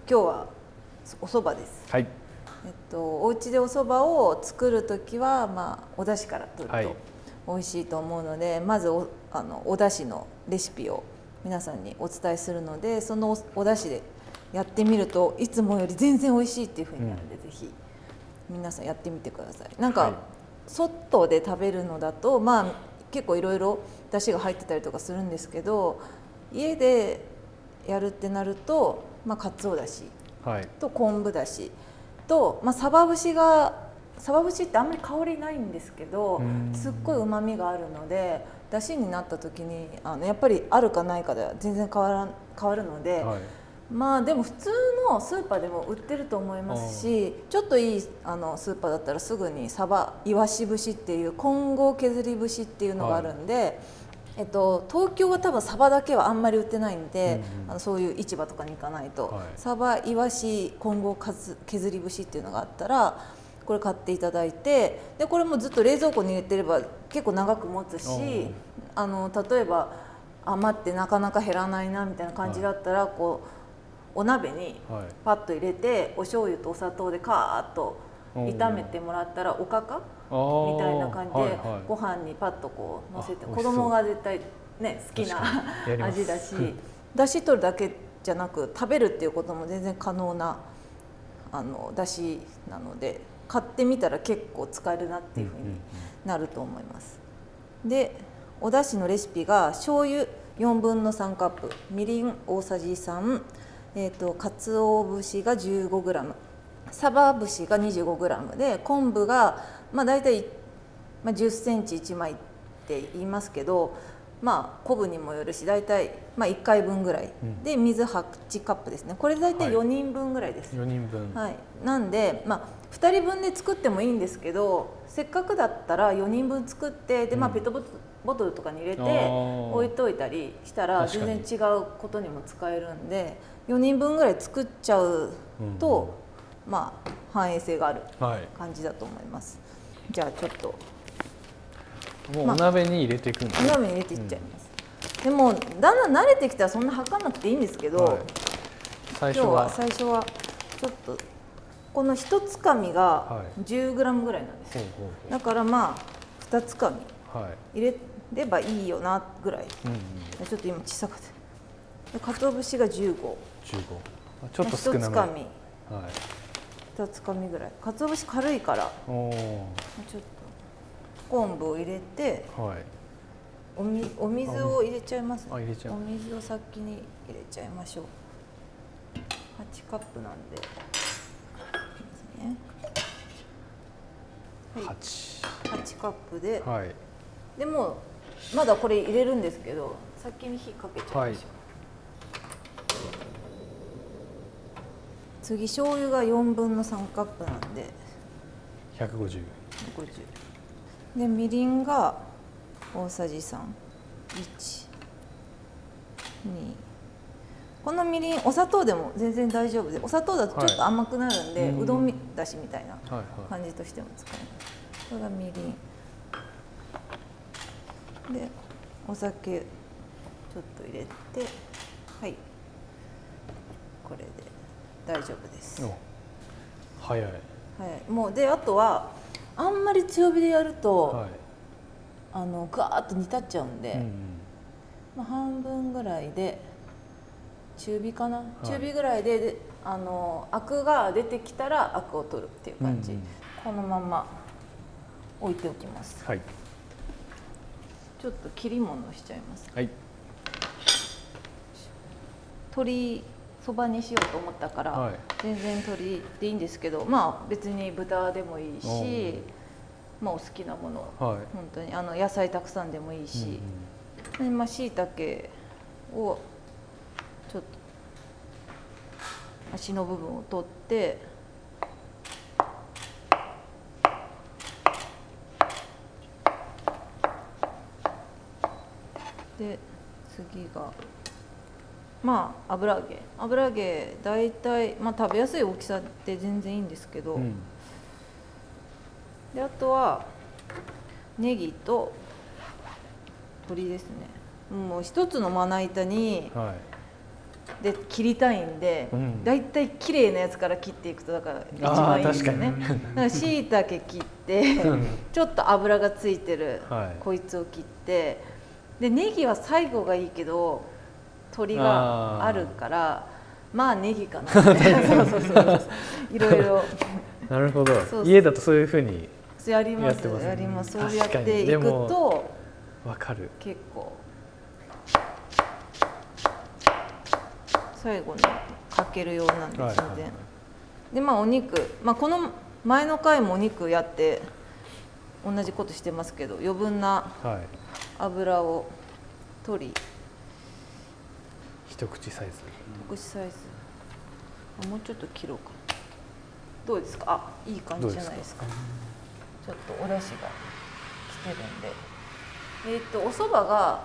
今日はお蕎麦です。 はい。 お家でお蕎麦を作るときは、お出汁から取ると美味しいと思うので、まずお出汁のレシピを皆さんにお伝えするので、そのお出汁でやってみるといつもより全然美味しいっていう風になるので、ぜひ皆さんやってみてください。なんか、外で食べるのだと結構いろいろ出汁が入ってたりとかするんですけど、家でやるってなると、かつおだしと昆布だしと、サバ節ってあんまり香りないんですけど、すっごいうまみがあるので、だしになった時にやっぱりあるかないかでは全然変わるので、でも普通のスーパーでも売ってると思いますし、ちょっといいスーパーだったらすぐにサバイワシ節っていう混合削り節っていうのがあるんで、東京は多分サバだけはあんまり売ってないんで、そういう市場とかに行かないと、サバイワシ混合削り節っていうのがあったらこれ買っていただいて、でこれもずっと冷蔵庫に入れてれば結構長く持つし、例えば余ってなかなか減らないなみたいな感じだったら、お鍋にパッと入れて、お醤油とお砂糖でカーッと炒めてもらったら、おかかみたいな感じでご飯にパッと乗せて、子供が絶対ね好きな味だし、だし取るだけじゃなく食べるっていうことも全然可能なだしなので、買ってみたら結構使えるなっていう風になると思います。でおだしのレシピが醤油4分の3カップ、みりん大さじ3、かつお節が 15g、 サバ節が 25g で、昆布がだいたい10センチ1枚って言いますけど、昆布にもよるし、だいたい1回分ぐらいで、水8カップですね。これだいたい4人分ぐらいです。 4人分。 はい。なんで2人分で作ってもいいんですけど、せっかくだったら4人分作って、でペットボトルとかに入れて置いといたりしたら全然違うことにも使えるんで、4人分ぐらい作っちゃうと、反映性がある感じだと思います。じゃあちょっともうお鍋に入れていくんですね。 お鍋に入れていっちゃいます。でもだんだん慣れてきたらそんな測らなくていいんですけど、今日は最初はちょっとこの1つかみが 10g ぐらいなんですよ。だから2つかみ入れればいいよなぐらい。ちょっと今小さくて、かつお節が15、 ちょっと少なめ、 1つかみ、2つかみぐらい。かつお節軽いからちょっと昆布を入れて、お水を入れちゃいますね。お水を先に入れちゃいましょう。8カップなんで、8カップで、でもまだこれ入れるんですけど、先に火かけちゃいましょう。次醤油が4分の3カップなんで 150 で、みりんが大さじ3、1、2、このみりんお砂糖でも全然大丈夫で、お砂糖だとちょっと甘くなるんで、うどんだしみたいな感じとしても使えます。これがみりんで、お酒ちょっと入れて、これで大丈夫です。 早い。 もうで、あとはあんまり強火でやると、ガーッと煮立っちゃうんで、半分ぐらいで、中火かな、中火ぐらいで、アクが出てきたらアクを取るっていう感じ。このまま置いておきます。ちょっと切り物をしちゃいます。鶏そばにしようと思ったから、全然鶏でいいんですけど、別に豚でもいいし、お好きなもの、本当に野菜たくさんでもいいし、しいたけをちょっと足の部分を取って、で次が油揚げだいたい食べやすい大きさで全然いいんですけど、であとはネギと鶏ですね。もう一つのまな板にで切りたいんで、だいたい綺麗なやつから切っていくとだから一番いいんですよね。だからしいたけ切ってちょっと油がついてるこいつを切って、でネギは最後がいいけど鶏があるからまあネギかなそういろいろ。 なるほど。家だとそういうふうにやります。やります。そうやっていくとわかる。 結構最後にかけるようなんで全然。でまあお肉、この前の回もお肉やって同じことしてますけど、余分な油を取り、 一口サイズ。 一口サイズ。もうちょっと切ろうか。どうですか。あ、いい感じじゃないですか。ちょっとお出汁が来てるんで、お蕎麦が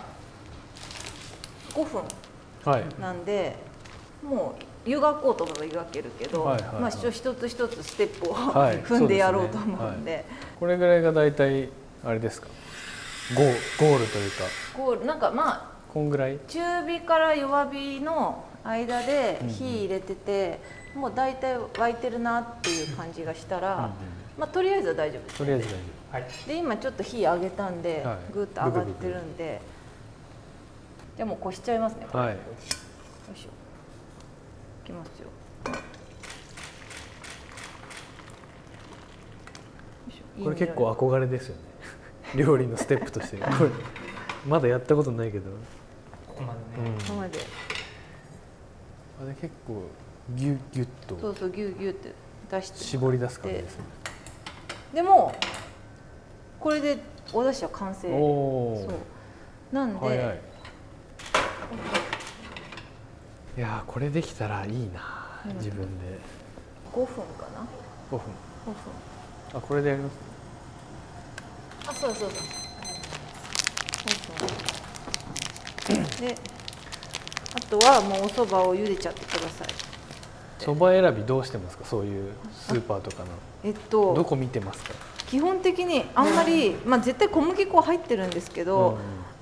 5分なんで、もう湯がこうと思えば湯がけるけど、一つ一つステップを踏んでやろうと思うんで、 これぐらいがだいたいあれですか。ゴールというか。 ゴールなんかこんぐらい。 中火から弱火の間で火入れてて、もうだいたい沸いてるなっていう感じがしたら、とりあえずは大丈夫です。 とりあえず大丈夫。で今ちょっと火上げたんで、ぐっと上がってるんで、じゃあもうこしちゃいますね。よいしょ。いきますよ。 これ結構憧れですよね。料理のステップとして。これまだやったことないけど。 ここまでね。ここまで。 あれ結構ギュッと。 そうギュッって出して。 絞り出す感じですね。 でもこれでお出汁は完成。そうなんで、 いやこれできたらいいな、自分で。 5分かな。 5分。あ、これでやります。 あ、そう5分で、あとはもうお蕎麦を茹でちゃってください。 蕎麦選びどうしてますか。そういうスーパーとかのどこ見てますか。 基本的にあんまり、絶対小麦粉入ってるんですけど、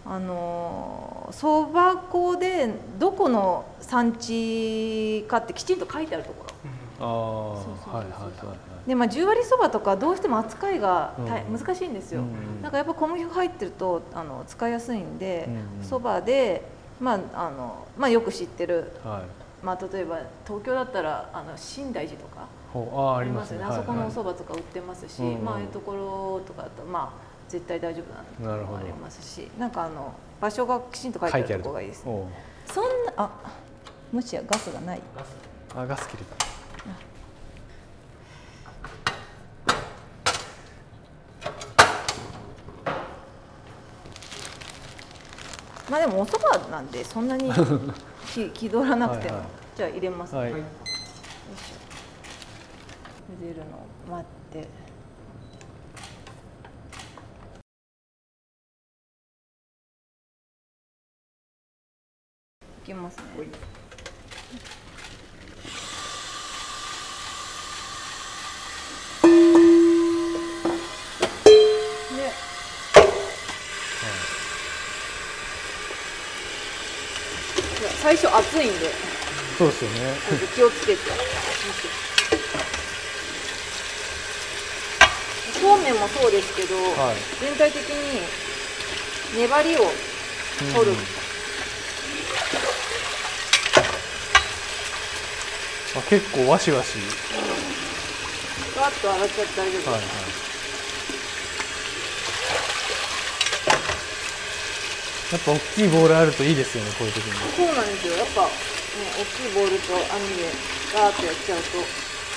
蕎麦粉でどこの産地かってきちんと書いてあるところ。で10割そばとかどうしても扱いが難しいんですよ。なんかやっぱ小麦粉入ってると使いやすいんで、そばでよく知ってる、例えば東京だったら深大寺とかありますよね。あそこのお蕎麦とか売ってますし、ああいうところとかだと絶対大丈夫なのもありますし、なんか場所がきちんと書いてあるところがいいです。そんなもしやガスがない。 ガス切れた。 でもお蕎麦なんでそんなに気取らなくても。じゃあ入れますね。茹でるのを待って。いきますね。最初熱いんで。 そうですよね。 気をつけて。そうめんもそうですけど、全体的に粘りを取る。 結構ワシワシ。 ガッと洗っちゃって大丈夫です。 やっぱ大きいボウルあるといいですよね、こういう時に。 そうなんですよ。やっぱね、大きいボウルと網でガーッとやっちゃうと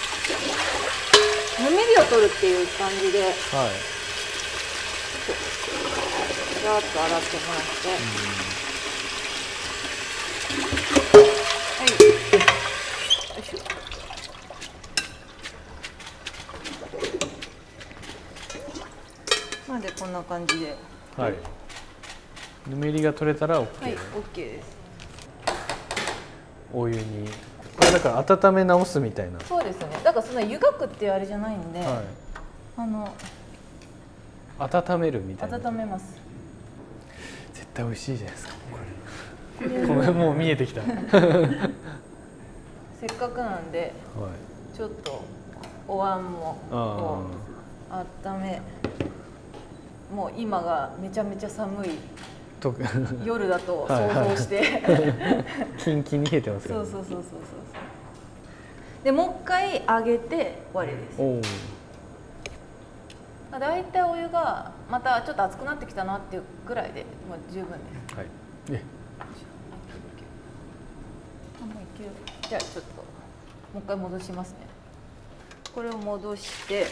ぬめりを取るっていう感じで、ガーッと洗ってもらって、よいしょ。でこんな感じで。 ぬめりが取れたら OK。 OK です。 お湯にこれだから温め直すみたいな。 そうですね。だからそんな湯がくっていうあれじゃないんで、 温めるみたいな。 温めます。 絶対美味しいじゃないですか。 もう見えてきた。 せっかくなんで、 はい、 ちょっとお椀もこう温め、もう今がめちゃめちゃ寒い夜だと想像してキンキンに冷えてますよね。 そうでもう一回揚げて終わりです。だいたいお湯がまたちょっと熱くなってきたなっていうぐらいでもう十分です。 はい。 じゃあちょっともう一回戻しますね。これを戻して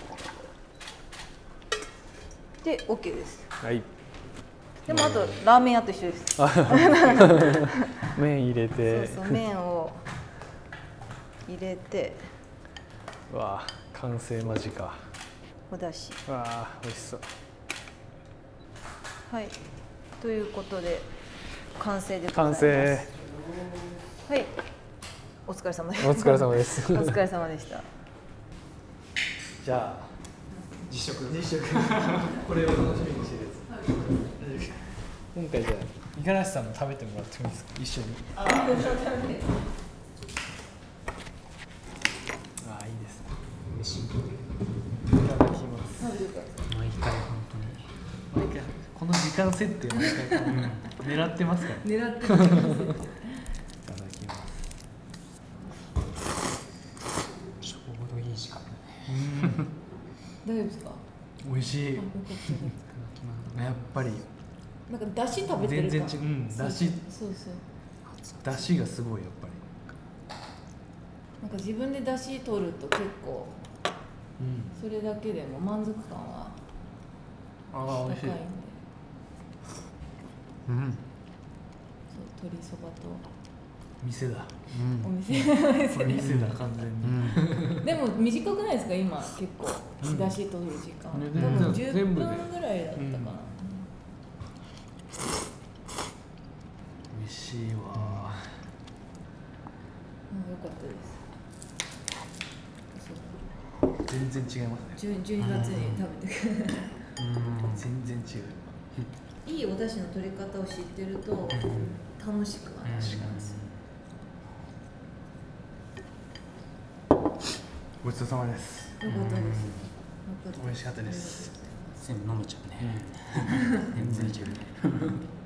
で OK です。 はい。 でもあとラーメン屋と一緒です。 麺入れて。 そう麺を入れて。 わあ、完成間近。 おだし。 わあ、美味しそう。 はい。ということで完成でございます。 完成。 はい。お疲れ様です。 お疲れ様です。 お疲れ様でした。 じゃあ実食。これを楽しみにしてるやつ。今回じゃあ五十嵐さんも食べてもらってもいいですか、一緒に。ああ、いいですね。嬉しい。いただきます。毎回本当に。毎回この時間設定毎回狙ってますから。 狙ってます。いただきます。 ちょうどいい時間。 大丈夫ですか？ 美味しい。やっぱり。 なんか出汁食べてる全然違う。出汁。 そう。 出汁がすごいやっぱり。 なんか自分で出汁取ると結構、それだけでも満足感は高いんで。 うん。 そう、鶏そばと。 店だ。 お店。 店だ完全に。 でも短くないですか今結構出汁取る時間。多分10分ぐらいだったかな。 美味しいわ。 良かったです。 全然違いますね。 12月に食べてくる。 全然違う。 いいお出汁の取り方を知ってると楽しくはなります。 ごちそうさまです。 良かったです。 美味しかったです。 全部飲めちゃうね。全然いける。